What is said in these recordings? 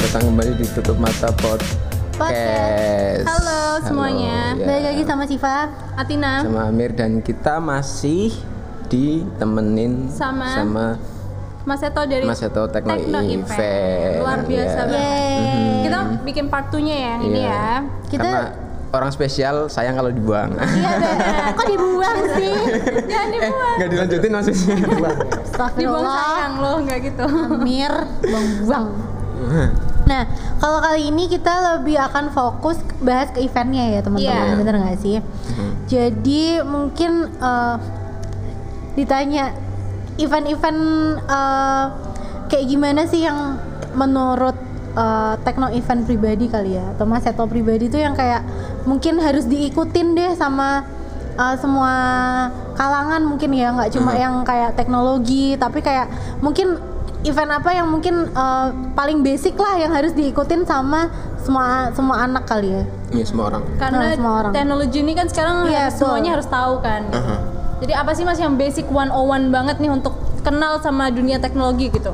datang kembali di Tutup Mata Podcast. Halo semuanya, ya. balik lagi sama Siva, Atina, sama Amir, dan kita masih ditemenin sama Mas Seto dari Mas Seto Tekno Event. Luar biasa banget. Kita bikin part 2-nya ya, ini ya. Karena orang spesial sayang kalau dibuang. Iya benar. Kok dibuang sih? Jangan dibuang. Nggak dilanjutin maksudnya. Dibuang sayang loh, nggak gitu. Amir, buang-buang. Nah, kalau kali ini kita lebih akan fokus bahas ke eventnya ya teman-teman, bener nggak sih? Jadi mungkin ditanya event-event kayak gimana sih yang menurut Tekno Event pribadi kali ya, atau Mas Seto pribadi tuh yang kayak mungkin harus diikutin deh sama semua kalangan mungkin ya, nggak cuma yang kayak teknologi, tapi kayak mungkin event apa yang mungkin paling basic lah yang harus diikutin sama semua anak kali ya. Iya, semua orang. Karena semua orang. teknologi ini kan sekarang semuanya harus tahu kan. Jadi apa sih Mas yang basic 101 banget nih untuk kenal sama dunia teknologi gitu?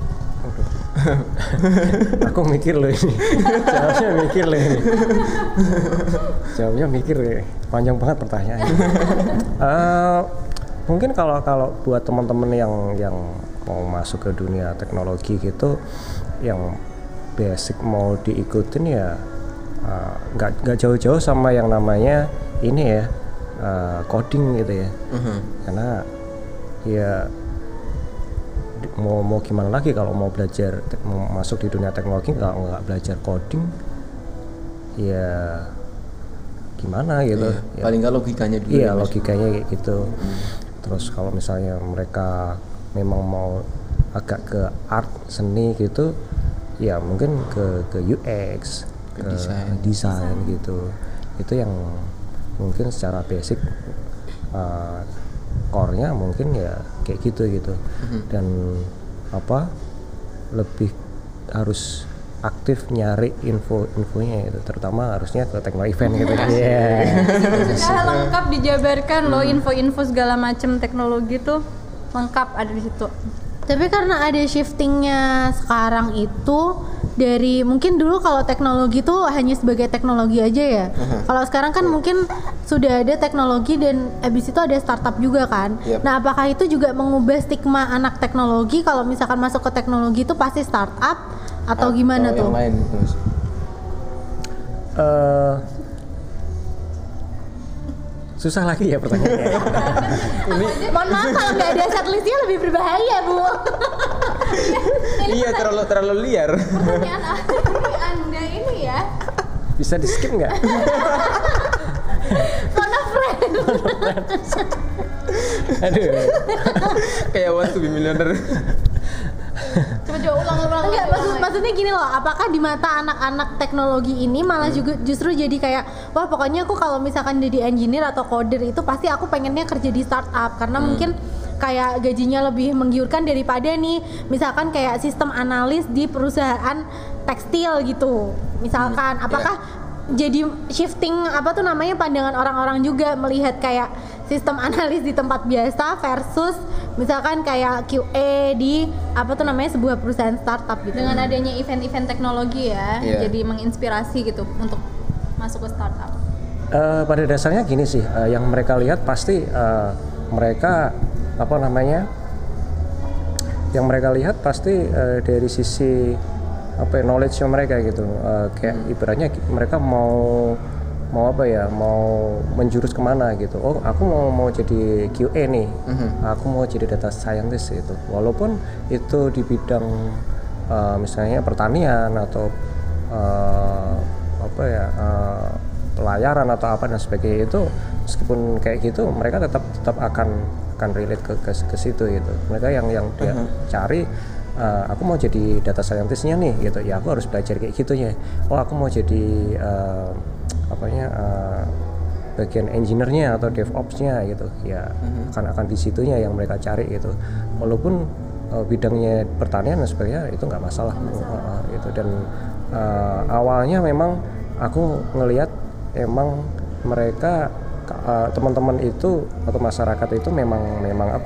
Aku mikir loh ini. Jawabnya mikir ya. Panjang banget pertanyaannya. Mungkin kalau buat teman-teman yang mau masuk ke dunia teknologi gitu, yang basic mau diikutin ya nggak jauh-jauh sama yang namanya ini ya, coding gitu ya. Karena ya mau gimana lagi kalau mau belajar, mau masuk di dunia teknologi kalau nggak belajar coding ya gimana gitu. Ya, paling nggak logikanya dulu. Iya, logikanya kayak gitu. Terus kalau misalnya mereka memang mau agak ke art, seni gitu, ya mungkin ke UX, ke desain gitu. Itu yang mungkin secara basic core-nya mungkin ya kayak gitu. Dan lebih harus aktif nyari infonya itu, terutama harusnya ke Tekno Event gitu. Sudah lengkap dijabarkan loh, info-info segala macam teknologi tuh lengkap ada di situ. Tapi karena ada shiftingnya sekarang itu dari mungkin dulu kalau teknologi tuh hanya sebagai teknologi aja ya. Kalau sekarang kan mungkin sudah ada teknologi dan abis itu ada startup juga kan. Nah, apakah itu juga mengubah stigma anak teknologi kalau misalkan masuk ke teknologi itu pasti startup atau gimana tuh? Yang lain terus. Susah lagi ya pertanyaannya. Mohon maaf kalau nggak ada setlistnya lebih berbahaya, Bu. Iya, terlalu liar. Pertanyaan akhir Anda ini ya. Bisa di skip nggak? Aduh. Kayak want to be millionaire. Coba ulang. Enggak, maksudnya gini loh, apakah di mata anak-anak teknologi ini malah juga justru jadi kayak wah pokoknya aku kalau misalkan jadi engineer atau coder itu pasti aku pengennya kerja di startup karena mungkin kayak gajinya lebih menggiurkan daripada nih misalkan kayak sistem analis di perusahaan tekstil gitu misalkan. Apakah jadi shifting pandangan orang-orang juga melihat kayak sistem analis di tempat biasa versus misalkan kayak QA di sebuah perusahaan startup gitu. Dengan adanya event-event teknologi ya, jadi menginspirasi gitu untuk masuk ke startup. Pada dasarnya gini sih, yang mereka lihat pasti mereka yang mereka lihat pasti dari sisi knowledge mereka gitu, kayak ibaratnya mereka mau menjurus kemana gitu. Oh, aku mau jadi QA nih, aku mau jadi data scientist gitu. Walaupun itu di bidang misalnya pertanian atau pelayaran atau apa dan sebagainya, itu meskipun kayak gitu mereka tetap akan relate ke situ gitu. Mereka yang dia cari, aku mau jadi data scientist-nya nih gitu, ya aku harus belajar kayak gitu ya. Oh, aku mau jadi bagian engineer-nya atau DevOps-nya gitu ya, akan di situnya yang mereka cari gitu. Walaupun bidangnya pertanian dan sebagainya itu nggak masalah. Gitu. Dan awalnya memang aku ngelihat emang mereka teman-teman itu atau masyarakat itu memang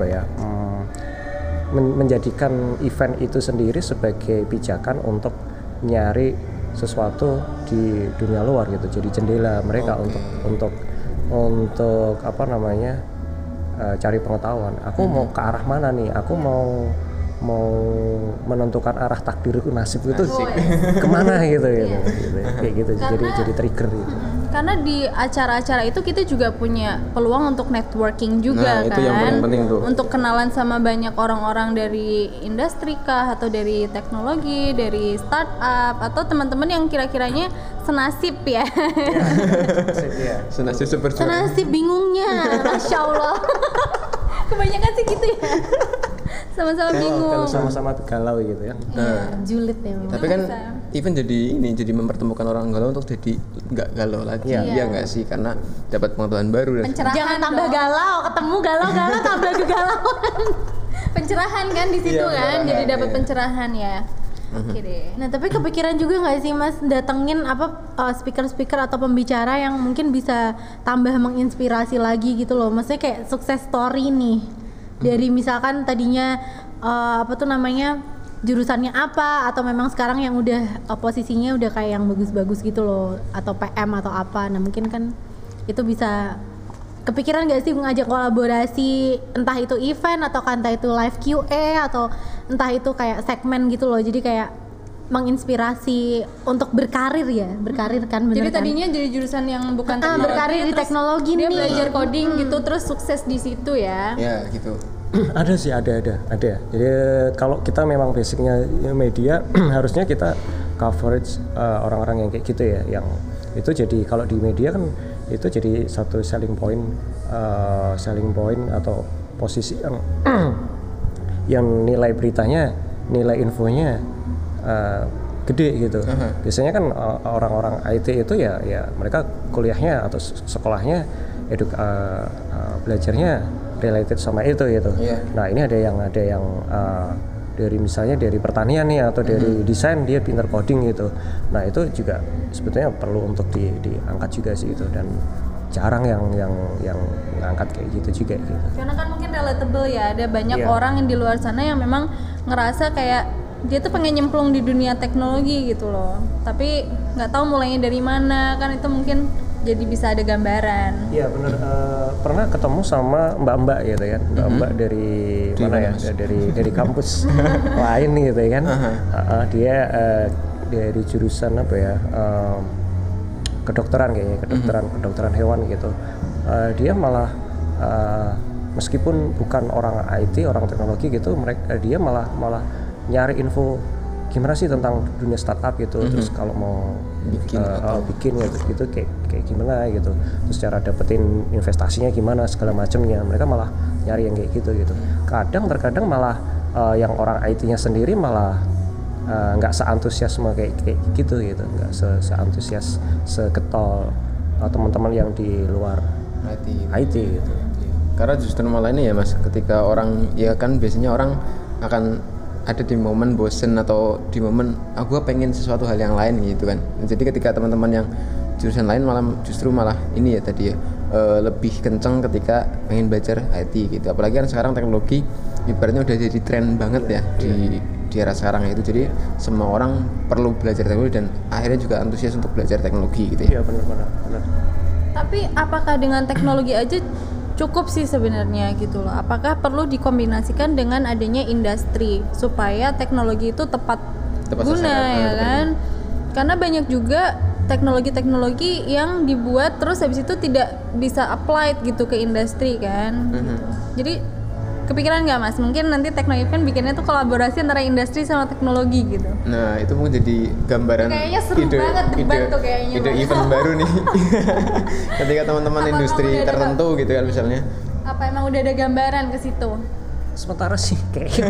menjadikan event itu sendiri sebagai pijakan untuk nyari sesuatu di dunia luar gitu, jadi jendela mereka untuk apa namanya cari pengetahuan. Aku mau ke arah mana nih, aku mau menentukan arah takdirku, nasibku itu kemana gitu kayak gitu. Jadi trigger gitu. Karena di acara-acara itu kita juga punya peluang untuk networking juga, Nah, itu yang paling penting tuh. untuk kenalan sama banyak orang-orang dari industri kah, atau dari teknologi, dari startup, atau teman-teman yang kira-kiranya senasib ya. Senasib seperti Senasib bingungnya, masya Allah. Kebanyakan sih gitu ya. Sama-sama bingung. Kalau sama-sama galau gitu ya. Julid ya memang. Tapi kan even jadi mempertemukan orang galau untuk jadi nggak galau lagi, ya nggak sih, karena dapat pengetahuan baru dan Pencerahan Jangan tambah dong. galau, ketemu galau-galau tambah kegalauan. Pencerahan kan di situ Iya, kan, pencerahan, jadi dapat iya. pencerahan ya. Oke deh. Nah tapi kepikiran juga nggak sih Mas datengin speaker-speaker atau pembicara yang mungkin bisa tambah menginspirasi lagi gitu loh. Maksudnya kayak sukses story nih dari misalkan tadinya jurusannya apa, atau memang sekarang yang udah posisinya udah kayak yang bagus-bagus gitu loh, atau PM atau apa. Nah mungkin kan itu bisa kepikiran nggak sih ngajak kolaborasi, entah itu event atau entah itu live QA atau entah itu kayak segmen gitu loh, jadi kayak menginspirasi untuk berkarir kan, bener Jadi kan? tadinya jadi jurusan yang bukan teknologi, berkarir di terus teknologi dia nih. belajar coding gitu, terus sukses di situ ya. ya gitu. Ada sih, ada. Jadi kalau kita memang basicnya media, harusnya kita coverage orang-orang yang kayak gitu ya, yang itu jadi kalau di media kan itu jadi satu selling point atau posisi yang yang nilai beritanya, nilai infonya gede gitu. Biasanya kan orang-orang IT itu ya mereka kuliahnya atau sekolahnya belajarnya related sama itu gitu. Nah ini ada yang dari misalnya dari pertanian nih atau dari desain, dia pintar coding gitu. Nah itu juga sebetulnya perlu untuk diangkat juga sih itu, dan jarang yang ngangkat kayak gitu juga gitu. Karena kan mungkin relatable ya, ada banyak orang yang di luar sana yang memang ngerasa kayak dia tuh pengen nyemplung di dunia teknologi gitu loh, tapi nggak tahu mulainya dari mana, kan itu mungkin jadi bisa ada gambaran. Iya benar. Pernah ketemu sama mbak-mbak gitu kan, mbak-mbak dari mana ya? Dari kampus lain gitu kan. Dia dari jurusan apa ya? Kedokteran kayaknya, kedokteran hewan gitu. Dia malah meskipun bukan orang IT, orang teknologi gitu, dia malah nyari info gimana sih tentang dunia startup gitu. Terus kalau mau bikin gitu kayak gimana gitu, terus cara dapetin investasinya gimana segala macamnya, mereka malah nyari yang kayak gitu. Terkadang malah yang orang IT-nya sendiri malah nggak seantusiasme kayak gitu, nggak seantusias segetol teman-teman yang di luar IT gitu. Karena justru malah ini ya Mas, ketika orang ya kan biasanya orang akan ada di momen bosen atau di momen aku pengen sesuatu hal yang lain gitu kan. Jadi ketika teman-teman yang jurusan lain justru malah ini ya tadi ya lebih kenceng ketika pengen belajar IT gitu. Apalagi kan sekarang teknologi ibaratnya udah jadi tren banget ya di era sekarang itu. Jadi semua orang perlu belajar teknologi dan akhirnya juga antusias untuk belajar teknologi gitu ya. Iya benar. Tapi apakah dengan teknologi aja cukup sih sebenarnya gitu loh? Apakah perlu dikombinasikan dengan adanya industri supaya teknologi itu tepat guna sasaran, ya kan? Karena banyak juga teknologi-teknologi yang dibuat terus habis itu tidak bisa applied gitu ke industri kan. Jadi kepikiran nggak Mas? Mungkin nanti Tekno Event bikinnya tuh kolaborasi antara industri sama teknologi gitu. Nah itu mungkin jadi gambaran Kayaknya seru banget debat tuh kayaknya, ide Mas. event baru nih. Ketika teman-teman Apa industri kamu udah tertentu gitu kan misalnya. Apa emang udah ada gambaran ke situ? Sementara sih kayaknya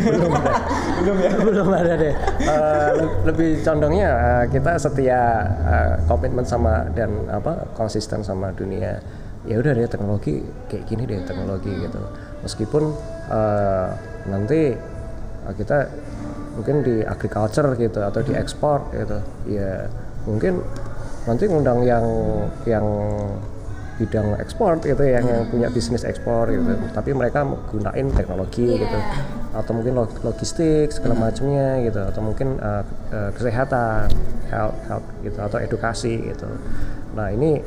belum ada deh. Lebih condongnya kita setia komitmen sama dan konsisten sama dunia. Ya udah deh, teknologi kayak gini deh, teknologi gitu. Meskipun nanti kita mungkin di agriculture gitu atau di ekspor gitu, ya mungkin nanti ngundang yang bidang ekspor gitu yang punya bisnis ekspor gitu, tapi mereka gunain teknologi gitu, atau mungkin logistik segala macamnya gitu, atau mungkin kesehatan, health gitu, atau edukasi gitu. Nah ini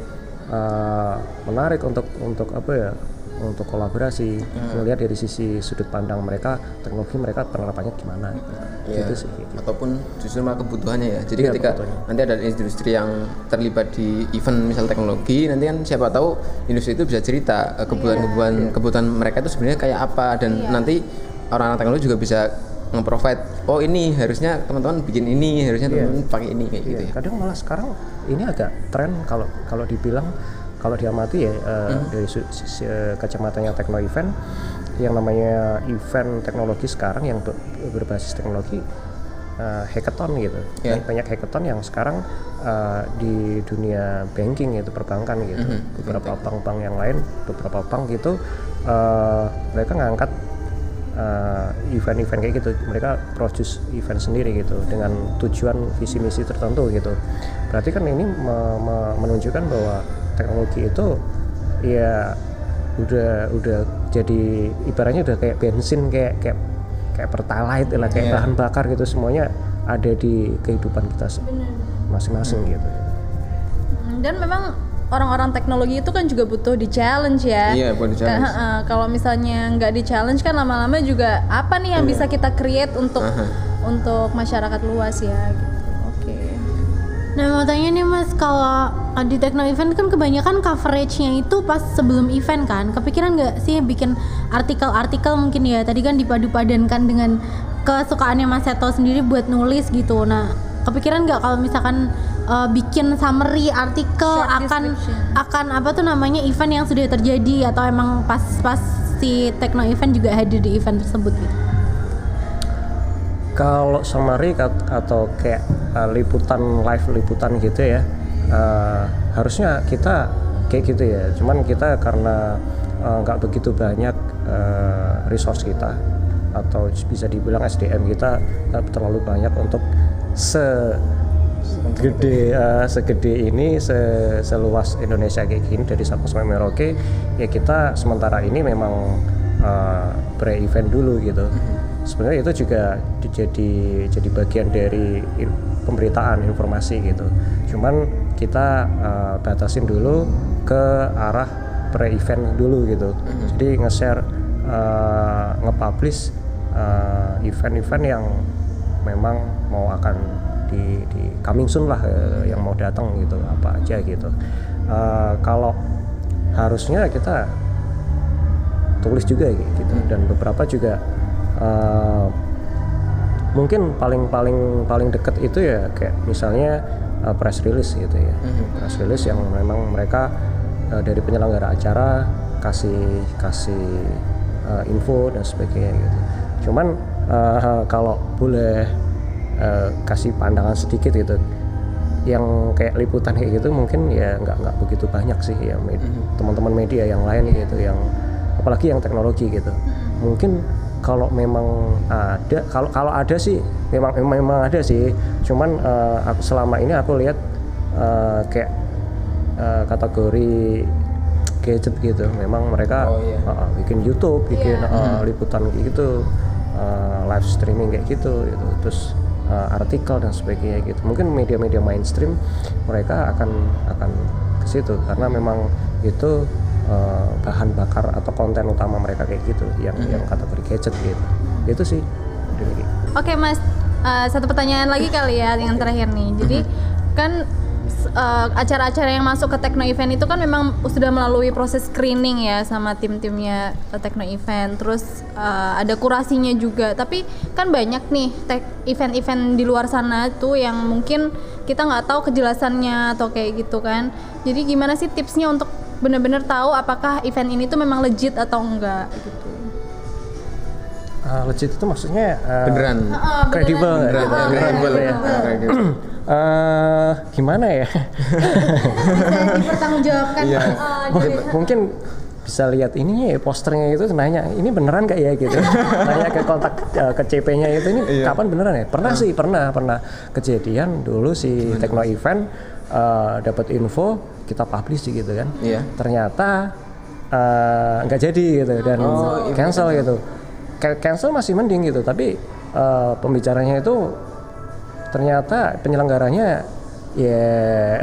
menarik untuk apa ya, untuk kolaborasi, melihat dari sisi sudut pandang mereka, teknologi mereka penerapannya gimana gitu sih. Gitu. Ataupun justru malah kebutuhannya ya. Jadi ketika nanti ada industri yang terlibat di event misal teknologi, nanti kan siapa tahu industri itu bisa cerita kebutuhan mereka itu sebenarnya kayak apa, dan nanti orang-orang teknologi juga bisa nge-provide, oh ini harusnya teman-teman bikin ini, harusnya teman-teman pakai ini kayak gitu ya. Kadang malah sekarang ini agak tren kalau dibilang, kalau diamati ya dari kacamatanya tekno event, yang namanya event teknologi sekarang yang berbasis teknologi, hackathon gitu. Banyak hackathon yang sekarang di dunia banking itu, perbankan gitu. Beberapa bank-bank yang lain, beberapa bank gitu, mereka ngangkat event-event kayak gitu. Mereka produce event sendiri gitu dengan tujuan visi misi tertentu gitu. Berarti kan ini menunjukkan bahwa teknologi itu ya udah jadi ibaratnya udah kayak bensin, kayak pertalite lah, kayak bahan bakar gitu, semuanya ada di kehidupan kita masing-masing gitu. Dan memang orang-orang teknologi itu kan juga butuh di challenge ya. Iya, butuh di challenge. Kalau misalnya nggak di challenge kan lama-lama juga apa nih yang bisa kita create untuk masyarakat luas ya gitu. Nah mau tanya nih Mas, kalau di Tekno Event kan kebanyakan coveragenya itu pas sebelum event kan, kepikiran nggak sih bikin artikel-artikel mungkin ya, tadi kan dipadu-padankan dengan kesukaannya Mas Seto sendiri buat nulis gitu. Nah kepikiran nggak kalau misalkan bikin summary artikel akan apa tuh namanya event yang sudah terjadi, atau emang pas si Tekno Event juga hadir di event tersebut gitu? Kalau summary atau kayak live liputan gitu ya, harusnya kita kayak gitu ya. Cuman kita karena nggak begitu banyak resource kita, atau bisa dibilang SDM kita nggak terlalu banyak untuk segede ini, seluas Indonesia kayak gini, dari Sabang sampai Merauke ya. Kita sementara ini memang pre-event dulu gitu. Sebenarnya itu juga jadi bagian dari pemberitaan informasi gitu. Cuman kita batasin dulu ke arah pre-event dulu gitu. Jadi nge-share, nge-publish event-event yang memang mau akan di coming soon lah, yang mau datang gitu, apa aja gitu. Kalau harusnya kita tulis juga gitu, dan beberapa juga mungkin paling dekat itu ya kayak misalnya press release gitu ya. Press release yang memang mereka dari penyelenggara acara kasih info dan sebagainya gitu. Cuman kalau boleh kasih pandangan sedikit gitu, yang kayak liputan kayak gitu mungkin ya nggak begitu banyak sih ya, teman-teman media yang lain gitu, yang apalagi yang teknologi gitu. Mungkin kalau memang ada, kalau ada sih memang ada sih. Cuman selama ini aku lihat kayak kategori gadget gitu, memang mereka bikin YouTube, bikin liputan gitu, live streaming kayak gitu, terus artikel dan sebagainya gitu. Mungkin media-media mainstream mereka akan ke situ karena memang itu bahan bakar atau konten utama mereka kayak gitu, yang kategori gadget gitu. Itu sih. Oke Mas, satu pertanyaan lagi kali ya, yang terakhir nih. Jadi kan acara-acara yang masuk ke Tekno Event itu kan memang sudah melalui proses screening ya sama tim-timnya Tekno Event. Terus ada kurasinya juga. Tapi kan banyak nih event-event di luar sana tuh yang mungkin kita nggak tahu kejelasannya atau kayak gitu kan. Jadi gimana sih tipsnya untuk benar-benar tahu apakah event ini tuh memang legit atau enggak gitu? Legit itu maksudnya beneran, kredibel ya. Gimana ya? Bisa dipertanggungjawabkan. Mungkin bisa lihat ininya ya, posternya itu, nanya ini beneran gak ya gitu. Nanya ke kontak ke CP-nya itu, ini kapan beneran ya? Pernah sih, pernah kejadian dulu si Tekno Event dapat info kita publish gitu kan. Ternyata nggak jadi gitu dan cancel gitu. Cancel masih mending gitu, tapi pembicaranya itu ternyata penyelenggaranya ya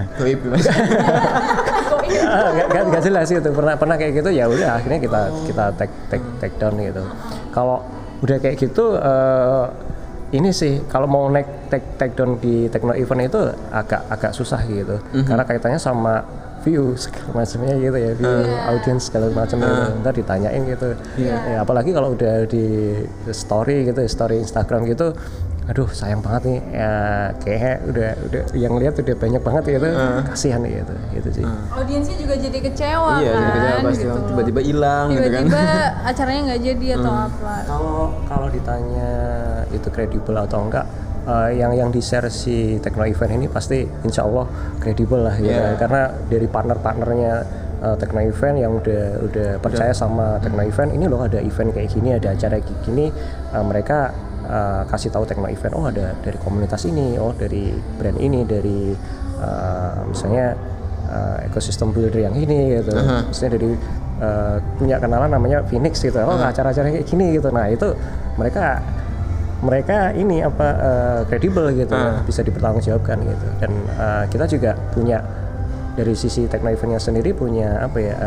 nggak jelas gitu, pernah kayak gitu, ya udah akhirnya kita take down gitu. Kalau udah kayak gitu ini sih kalau mau naik take down di Tekno Event itu agak susah gitu, karena kaitannya sama view segala macamnya gitu ya, view audience segala macam gitu, ntar ditanyain gitu. Ya, apalagi kalau udah di story gitu, story Instagram gitu, aduh sayang banget nih ya, kayak udah yang lihat udah banyak banget gitu, kasihan gitu sih. Audiensnya juga jadi kecewa kan, pasti gitu tiba-tiba hilang gitu kan. Tiba-tiba acaranya nggak jadi atau apa. Kalau ditanya itu kredibel atau enggak, yang di share si Tekno Event ini pasti insya Allah kredibel lah ya, karena dari partner-partnernya Tekno Event yang udah percaya sama Tekno Event, ini loh ada event kayak gini, ada acara kayak gini, mereka kasih tahu Tekno Event, oh ada dari komunitas ini, oh dari brand ini, dari misalnya ekosistem builder yang ini gitu, misalnya dari punya kenalan namanya Phoenix gitu, oh acara-acara kayak gini gitu. Nah itu mereka ini kredibel gitu, bisa dipertanggungjawabkan gitu. Dan kita juga punya dari sisi Tekno Eventnya sendiri punya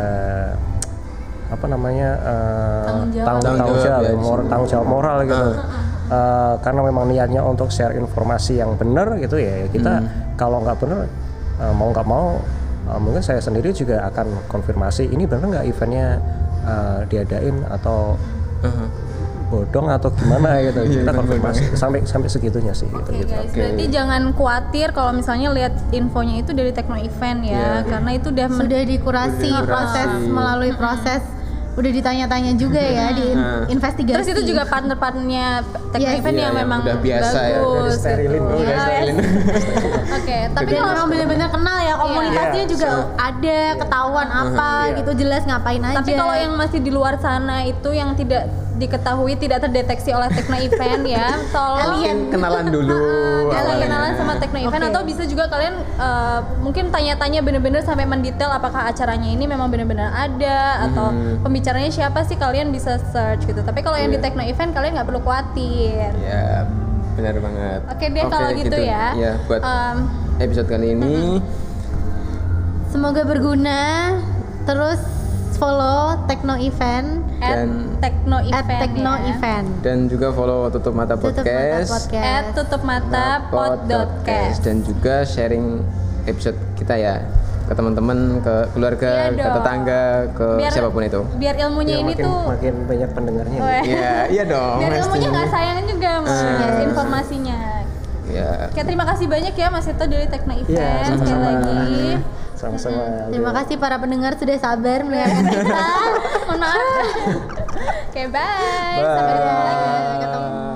tanggung jawab moral gitu. Karena memang niatnya untuk share informasi yang benar gitu ya, kita kalau nggak benar mau nggak mau mungkin saya sendiri juga akan konfirmasi ini benar nggak eventnya diadain atau bodong atau gimana gitu. Kita konfirmasi sampai segitunya sih gitu. Guys, berarti jangan khawatir kalau misalnya lihat infonya itu dari Tekno Event ya, karena itu sudah dikurasi, melalui proses udah ditanya-tanya juga ya, di investigasi. Terus itu juga partner-partnernya Tekno Event yang memang udah biasa bagus, ya, sterilin. Oke, tapi kalau orang benar-benar kenal ya, komunitasnya juga ada, ketahuan apa gitu, jelas ngapain aja. Tapi kalau yang masih di luar sana itu yang tidak diketahui, tidak terdeteksi oleh Tekno Event ya, tolong kenalan dulu. Kenalan sama Tekno Event, atau bisa juga kalian mungkin tanya-tanya bener-bener sampai mendetail apakah acaranya ini memang benar-benar ada atau pembicaranya siapa sih, kalian bisa search gitu. Tapi kalau yang di Tekno Event kalian nggak perlu khawatir. Ya, benar banget. Oke deh, kalau gitu ya. Ya, buat episode kali ini semoga berguna. Terus follow Tekno Event @Tekno Event dan juga follow Tutup Mata Podcast @tutupmatapod.cast dan juga sharing episode kita ya ke teman-teman, ke keluarga, ke tetangga, ke siapapun itu. Biar ilmunya ini tuh makin banyak pendengarnya. Iya dong. Biar ilmunya nggak sayang juga Mas, informasinya. Ya. Oke, terima kasih banyak ya Mas Ito dari Tekno Event sekali lagi. Sama-sama. Terima kasih para pendengar sudah sabar mendengarkan kita. Mohon maaf. Oke, bye. Sampai jumpa lagi. Ketemu.